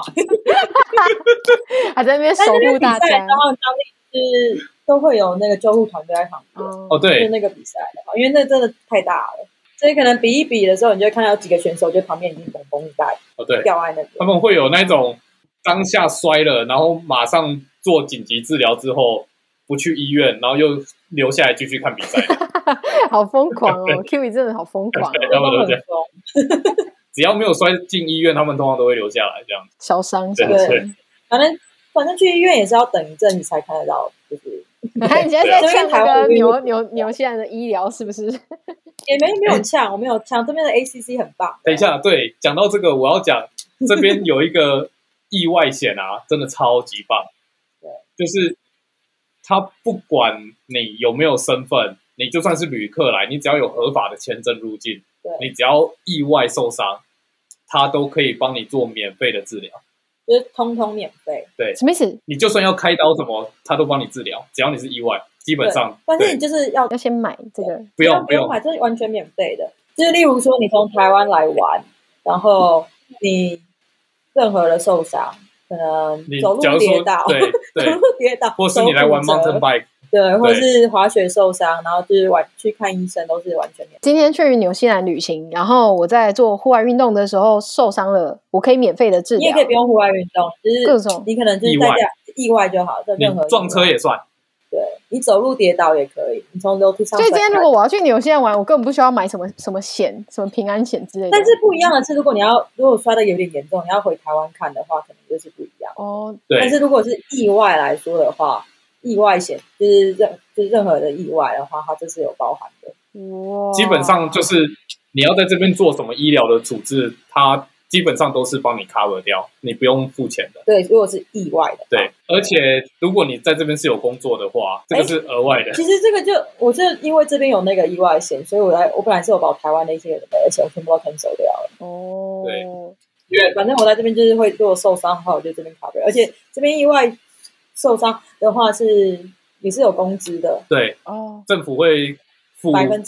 还在那边守护大家。 然后当地是都会有那个救护团队在旁边。 哦，对， 就那个比赛的话，因为那真的太大了，所以可能比一比的时候，你就会看到有几个选手就旁边已经绷绷带， 对， 掉在那边。 他们会有那种当下摔了，然后马上做紧急治疗之后不去医院，然后又留下来继续看比赛。 好疯狂哦 ！Kiwi 真的好疯狂， 他们都这样。只要没有摔进医院，他们通常都会留下来这样。 小伤， 对，反正去医院也是要等一阵子才看得到，就是。 你现在在呛那个纽西兰的医疗是不是？ 也没有呛，我没有呛。这边的 ACC 很棒。 等一下，对，讲到这个，我要讲这边有一个意外险啊，真的超级棒。 对， 就是他不管你有没有身份，你就算是旅客来，你只要有合法的签证入境，你只要意外受伤，他都可以帮你做免费的治疗。 就是通通免费。 对， 什么意思？ 你就算要开刀什么，他都帮你治疗，只要你是意外，基本上。 但是你就是要先买这个， 不用买，这是完全免费的。就是例如说，你从台湾来玩，然后你任何的受伤，可能走路跌倒， 对， 走路跌倒， 或是你来玩 mountain bike。 对，或者是滑雪受伤，然后就是去看医生，都是完全免费。 今天去纽西兰旅行，然后我在做户外运动的时候受伤了，我可以免费的治疗。 你也可以不用户外运动，就是各种你可能就是在家意外就好，任何撞车也算。 对，你走路跌倒也可以，你从楼梯上。 所以今天如果我要去纽西兰玩，我根本不需要买什么险，什么平安险之类的。 但是不一样的是，如果摔得有点严重，你要回台湾看的话，可能就是不一样。 哦， 对。 但是如果是意外来说的话，意外险就是任何的意外的话，它这是有包含的。 哇， 基本上就是你要在这边做什么医疗的处置，它基本上都是帮你 cover 掉，你不用付钱的。 对，如果是意外的。 对，而且如果你在这边是有工作的话，这个是额外的。 其实这个我因为这边有那个意外险，所以我本来是有保台湾的一些人的，而且我全部都cancel掉了。 哦， 对， 因为反正我在这边就是会，如果受伤的话，我就这边 cover， 而且这边意外受伤的话你是有工资的。 对，政府会付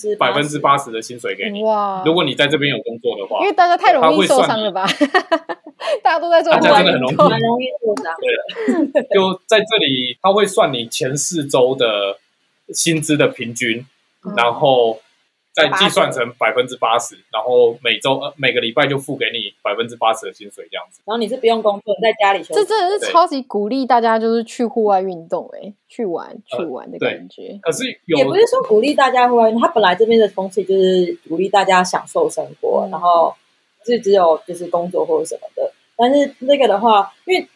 80%的薪水给你。 哇！ 如果你在这边有工作的话， 因为大家太容易受伤了吧？大家都在做户外运动， 蛮容易受伤。 对，就在这里，他会算你前4周的薪资的平均，然后再计算成80%，然后每个礼拜就付给你80%的薪水这样子。 然后你是不用工作，你在家里休息。 这真的是超级鼓励大家，就是去户外运动，去玩的感觉。 可是也不是说鼓励大家户外运动，他本来这边的风气就是鼓励大家享受生活，然后只有就是工作或者什么的。但是那个的话，因为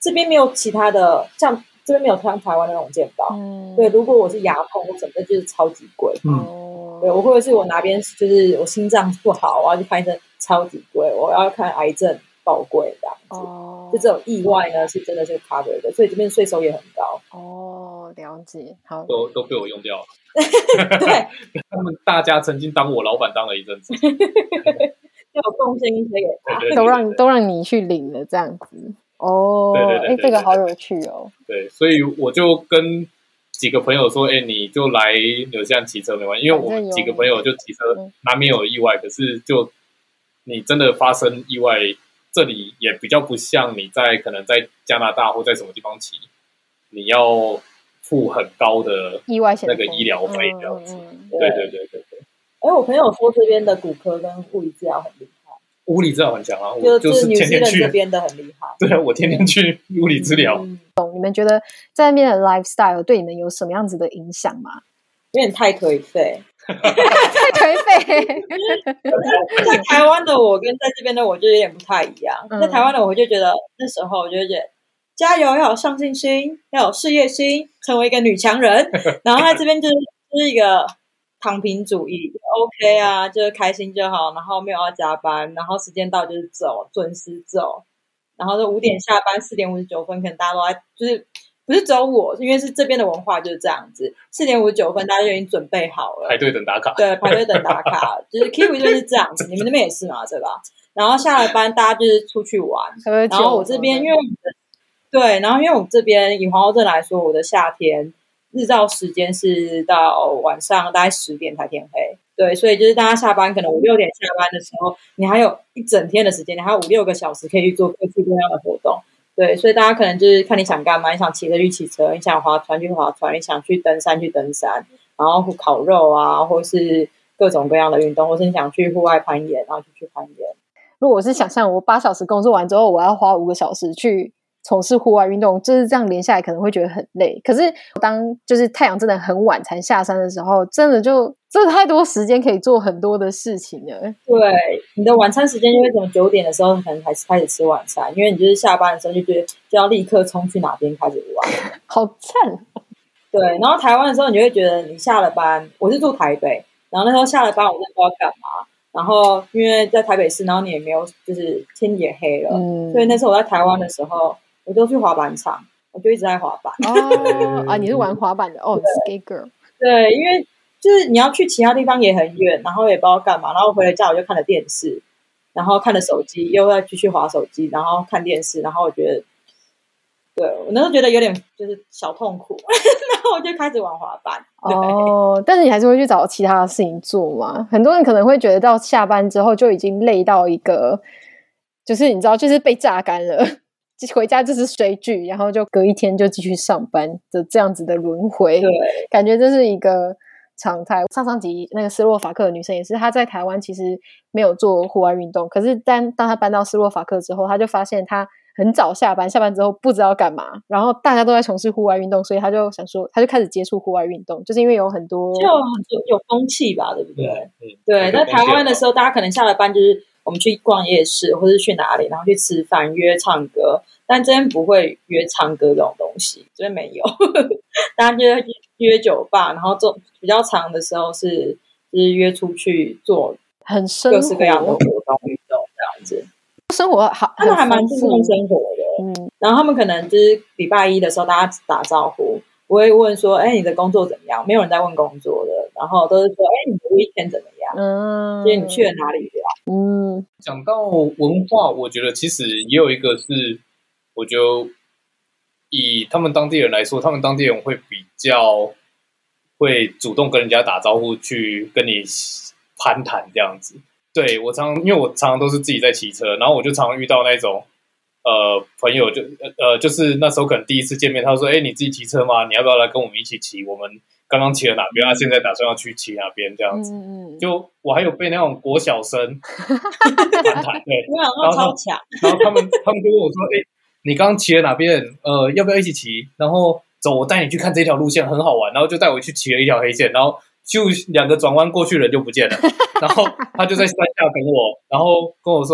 这边没有其他的，像这边没有像台湾的那种健保。对，如果我是牙痛或什么的，就是超级贵。对，我或者是我哪边就是我心脏不好，我要去看医生，超级贵。我要看癌症，爆贵这样子。就这种意外呢，是真的是 cover 的，所以这边税收也很高。 了解，好， 都被我用掉了。 对， 他们大家曾经当我老板当了一阵子，就有贡献一些给他， 都让你去领了这样子。对，这个好有趣哦。 对，所以我就跟几个朋友说，你就来纽西兰骑车没关系，因为我们几个朋友就骑车难免有意外，可是就你真的发生意外，这里也比较不像你可能在加拿大或在什么地方骑，你要付很高的意外险那个医疗费这样子。对。 我朋友说这边的骨科跟物理治疗很厉害， 物理治疗很强啊，我就是天天去这边的很厉害。 对啊，我天天去物理治疗。 你们觉得在那边的 lifestyle 对你们有什么样子的影响吗？ 有点太颓废， 太颓废。 在台湾的我跟在这边的我就有点不太一样。在台湾的我就觉得那时候我就觉得加油，要有上进心，要有事业心，成为一个女强人。然后在这边就是一个躺平主义 ，OK 啊，就是开心就好，然后没有要加班，然后时间到就是走，准时走，然后就5点下班，4点59分，可能大家都在，就是不是只有我，因为是这边的文化就是这样子，4点59分大家就已经准备好了， 排队等打卡， 对，排队等打卡，就是 Kiwi 就是这样子，你们那边也是嘛，对吧？然后下了班大家就是出去玩，然后我这边因为然后因为我这边以皇后镇来说，我的夏天日照时间是到晚上大概10点才天黑，对，所以就是大家下班可能5、6点下班的时候，你还有一整天的时间，你还有5、6个小时可以去做各式各样的活动，对，所以大家可能就是看你想干嘛，你想骑车去骑车，你想划船去划船，你想去登山去登山，然后烤肉啊，或是各种各样的运动，或是你想去户外攀岩，然后就去攀岩。 如果我是想象我8小时工作完之后，我要花5个小时去从事户外运动，就是这样连下来可能会觉得很累。可是当就是太阳真的很晚才下山的时候，真的太多时间可以做很多的事情了。 对，你的晚餐时间就会从9点的时候可能才开始吃晚餐，因为你就是下班的时候就觉得就要立刻冲去哪边开始玩， 好赞。 对，然后台湾的时候你就会觉得你下了班，我是住台北，然后那时候下了班我真的不知道干嘛。然后因为在台北市，然后你也没有就是天也黑了，所以那时候我在台湾的时候我就去滑板场，我就一直在滑板。 你是玩滑板的skate girl。 对，因为就是你要去其他地方也很远，然后也不知道干嘛，然后回了家我就看了电视，然后看了手机，又要继续滑手机，然后看电视，然后我觉得，对，我那时候觉得有点就是小痛苦，然后我就开始玩滑板。 但是你还是会去找其他的事情做嘛？很多人可能会觉得到下班之后就已经累到一个，就是你知道，就是被榨干了。回家就是追剧，然后就隔一天就继续上班的这样子的轮回， 对， 感觉这是一个常态。上集那个斯洛伐克的女生也是，她在台湾其实没有做户外运动，可是当她搬到斯洛伐克之后，她就发现她很早下班之后不知道干嘛，然后大家都在从事户外运动，所以她就想说，她就开始接触户外运动，就是因为有很多有风气吧，对不对？对，在台湾的时候，大家可能下了班就是我们去逛夜市，或是去哪里，然后去吃饭、约唱歌。但这边不会约唱歌这种东西，这边没有，大家就会约酒吧，然后做比较长的时候就是约出去做很各式各样的活动运动这样子。 生活好， 他们还蛮注重生活的，然后他们可能就是礼拜一的时候大家打招呼，不会问说，你的工作怎么样？没有人在问工作的，然后都是说，你的 weekend 怎么样？就是你去了哪里玩？ 讲到文化，我觉得其实也有一个是。我觉得以他们当地人来说，他们当地人会比较会主动跟人家打招呼，去跟你攀谈这样子。对，因为我常常都是自己在骑车，然后我就常常遇到那种朋友就是那时候可能第一次见面，他说：“你自己骑车吗？你要不要来跟我们一起骑？我们刚刚骑了哪边，现在打算要去骑哪边这样子。”就我还有被那种国小生攀谈，对， 然后超强， 然后他们就问我说：“你刚刚骑了哪边？要不要一起骑？然后走，我带你去看这条路线，很好玩。”然后就带我去骑了一条黑线，然后就2个转弯过去人就不见了，然后他就在山下等我，然后跟我说：“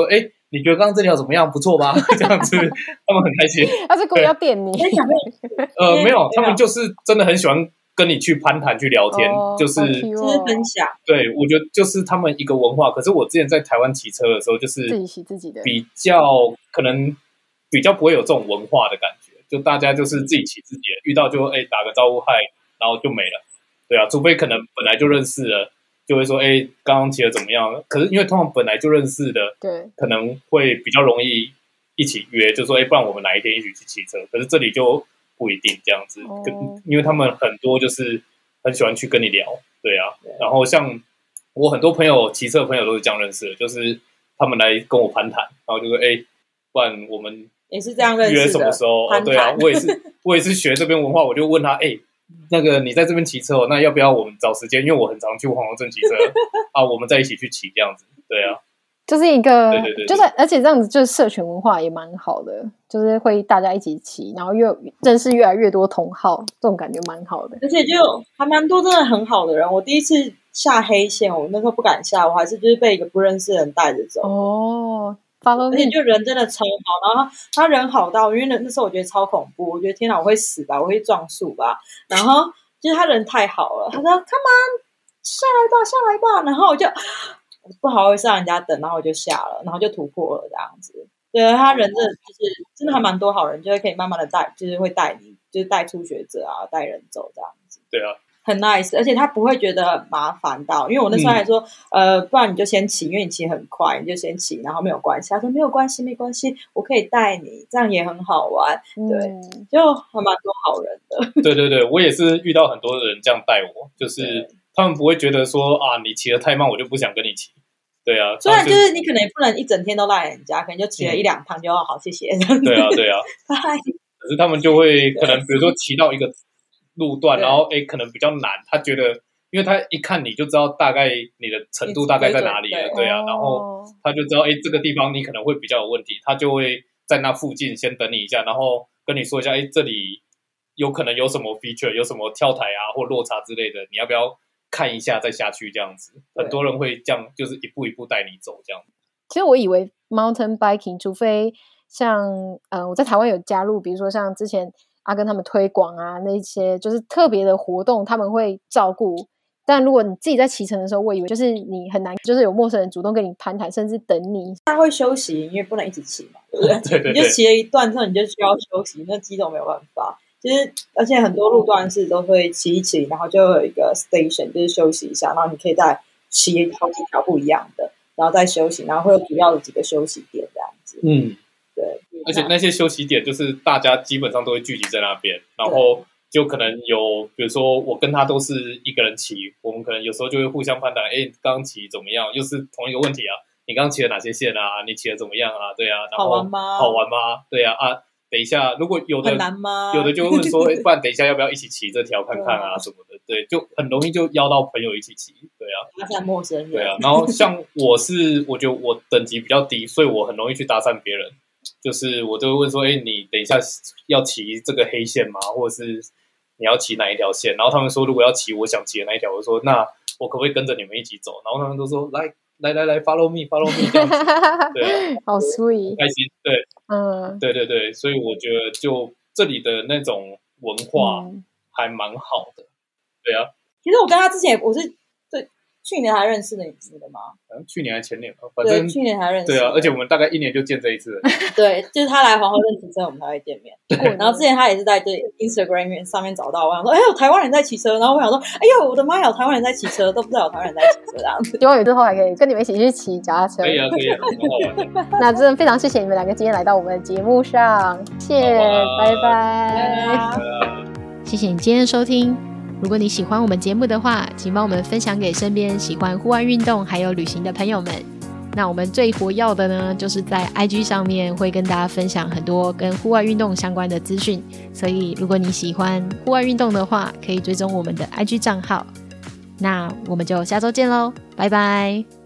你觉得刚刚这条怎么样？不错吧？这样子，他们很开心。 他是故意要电你？ 没有，他们就是真的很喜欢跟你去攀谈、去聊天，就是分享。 对，我觉得就是他们一个文化。可是我之前在台湾骑车的时候，就是自己骑自己的， 比较可能比较不会有这种文化的感觉，就大家就是自己骑自己的，遇到就打个招呼嗨，然后就没了。对啊，除非可能本来就认识了。就会说刚刚骑的怎么样？可是因为通常本来就认识的， 对， 可能会比较容易一起约，就说不然我们哪一天一起去骑车。可是这里就不一定这样子，因为他们很多就是很喜欢去跟你聊，对啊。然后像我很多朋友骑车的朋友都是这样认识的，就是他们来跟我攀谈，然后就说不然我们也是这样认识的， 约什么时候？对啊，我也是学这边文化，我就问他那个你在这边骑车那要不要我们找时间？因为我很常去黄河镇骑车啊，我们在一起去骑这样子。对啊， 就是一个， 对， 就是而且这样子就是社群文化也蛮好的，就是会大家一起骑，然后认识越来越多同好，这种感觉蛮好的。 而且就还蛮多真的很好的人。我第一次下黑线，我那时候不敢下，我还是就是被一个不认识的人带着走。而且就人真的超好，然后他人好到，因为那时候我觉得超恐怖，我觉得天哪，我会死吧，我会撞树吧。然后就是他人太好了，他说 Come on， 下来吧，然后我就不好意思让人家等，然后我就下了，然后就突破了这样子。对，他人真的就是真的还蛮多好人，就会可以慢慢的带，就是会带你，就是带初学者啊，带人走这样子。 对啊。 很 nice， 而且他不会觉得很麻烦到，因为我那时候还说，不然你就先骑，因为你骑很快，你就先骑，然后没有关系。他说没有关系，我可以带你，这样也很好玩。对，就还蛮多好人的。 对，我也是遇到很多人这样带我，就是他们不会觉得说你骑得太慢，我就不想跟你骑。对啊， 虽然就是你可能也不能一整天都带人家，可能就骑了1-2趟就好，谢谢。 对啊。可是他们就会可能比如说骑到一个路段，然后可能比较难，他觉得因为他一看你就知道大概你的程度大概在哪里了，对啊，然后他就知道这个地方你可能会比较有问题，他就会在那附近先等你一下，然后跟你说一下这里有可能有什么 feature， 有什么跳台啊或落差之类的，你要不要看一下再下去这样子。很多人会这样，就是一步一步带你走这样。 其实我以为 mountain biking 除非像我在台湾有加入，比如说像之前阿根他们推广啊，那些就是特别的活动他们会照顾，但如果你自己在骑乘的时候，我以为就是你很难，就是有陌生人主动跟你攀谈，甚至等你。 他会休息，因为不能一直骑嘛，对不对？对，你就骑了一段之后你就需要休息，那肌肉没有办法。就是而且很多路段是都会骑一骑，然后就有一个 station 就是休息一下，然后你可以再骑好几条不一样的，然后再休息，然后会有主要的几个休息点这样子。对， 而且那些休息点就是大家基本上都会聚集在那边，然后就可能有，比如说我跟他都是一个人骑，我们可能有时候就会互相攀谈，刚刚骑怎么样？又是同一个问题啊，你刚刚骑了哪些线啊？你骑的怎么样啊？对啊，然后好玩吗？ 好玩吗？对啊等一下，如果有的很难吗？ 有的就会问说，不然等一下要不要一起骑这条看看啊什么的？对，就很容易就邀到朋友一起骑。对啊， 搭讪陌生人。 对啊，然后像我觉得我等级比较低，所以我很容易去搭讪别人。就是我就会问说，你等一下要骑这个黑线吗？或者是你要骑哪一条线？然后他们说，如果要骑我想骑的那一条，我说那我可不可以跟着你们一起走？然后他们都说来 follow me 这样子。对， 好 sweet， 开心。对，对，所以我觉得就这里的那种文化还蛮好的。对啊， 其实我跟他之前我是去年还认识的你的吗？ 去年还前年吧，反正去年还认识。 对啊，而且我们大概1年就见这一次了。 对，就是他来黄河镇骑车，我们才会见面。然后之前他也是在Instagram 上面找到我，想说有台湾人在骑车，然后我想说我的妈呀，有台湾人在骑车，都不知道有台湾人在骑车这样子。 希望有之后还可以跟你们一起去骑脚踏车。 可以啊，很好玩的。 那真的非常谢谢你们两个今天来到我们的节目上，谢谢，拜拜。谢谢你今天的收听。如果你喜欢我们节目的话，请帮我们分享给身边喜欢户外运动还有旅行的朋友们。那我们最活跃的呢，就是在 IG 上面会跟大家分享很多跟户外运动相关的资讯，所以如果你喜欢户外运动的话，可以追踪我们的 IG 账号。那我们就下周见咯，拜拜。